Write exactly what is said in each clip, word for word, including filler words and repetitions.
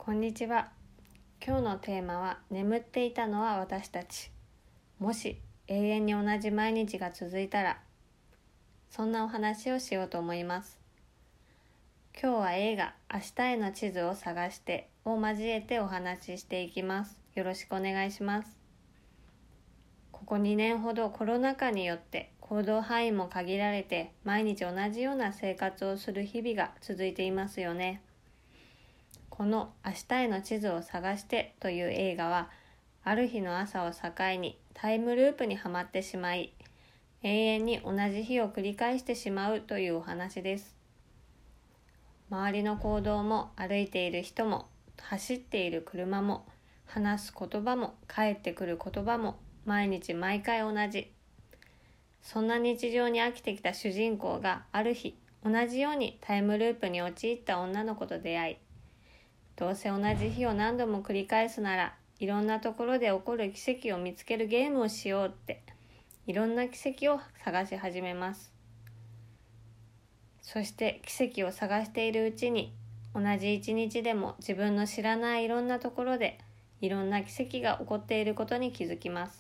こんにちは。今日のテーマは眠っていたのは私たち。もし永遠に同じ毎日が続いたら、そんなお話をしようと思います。今日は映画明日への地図を探してを交えてお話ししていきます。よろしくお願いします。ここにねんほどコロナ禍によって行動範囲も限られて毎日同じような生活をする日々が続いていますよね。この明日への地図を探してという映画は、ある日の朝を境にタイムループにはまってしまい、永遠に同じ日を繰り返してしまうというお話です。周りの行動も歩いている人も走っている車も話す言葉も帰ってくる言葉も毎日毎回同じ。そんな日常に飽きてきた主人公がある日、同じようにタイムループに陥った女の子と出会い、どうせ同じ日を何度も繰り返すなら、いろんなところで起こる奇跡を見つけるゲームをしようって、いろんな奇跡を探し始めます。そして奇跡を探しているうちに、同じ一日でも自分の知らないいろんなところで、いろんな奇跡が起こっていることに気づきます。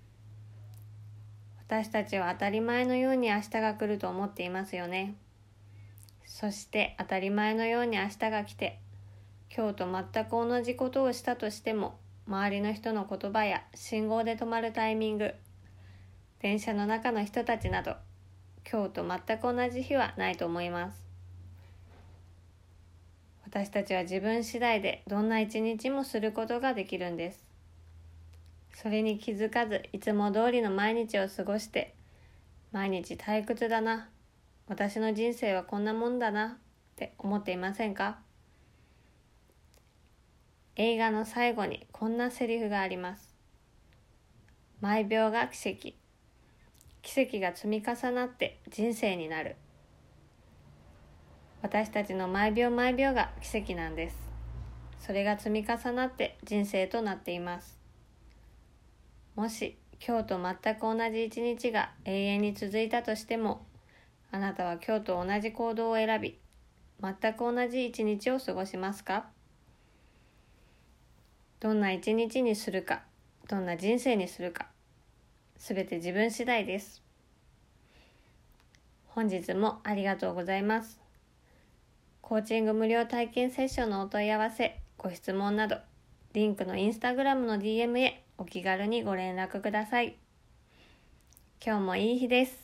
私たちは当たり前のように明日が来ると思っていますよね。そして当たり前のように明日が来て、今日と全く同じことをしたとしても、周りの人の言葉や信号で止まるタイミング、電車の中の人たちなど、今日と全く同じ日はないと思います。私たちは自分次第でどんな一日もすることができるんです。それに気づかず、いつも通りの毎日を過ごして、毎日退屈だな、私の人生はこんなもんだなって思っていませんか？映画の最後にこんなセリフがあります。毎秒が奇跡。奇跡が積み重なって人生になる。私たちの毎秒毎秒が奇跡なんです。それが積み重なって人生となっています。もし今日と全く同じ一日が永遠に続いたとしても、あなたは今日と同じ行動を選び、全く同じ一日を過ごしますか？どんな一日にするか、どんな人生にするか、すべて自分次第です。本日もありがとうございます。コーチング無料体験セッションのお問い合わせ、ご質問など、リンクのインスタグラムの ディーエム へお気軽にご連絡ください。今日もいい日です。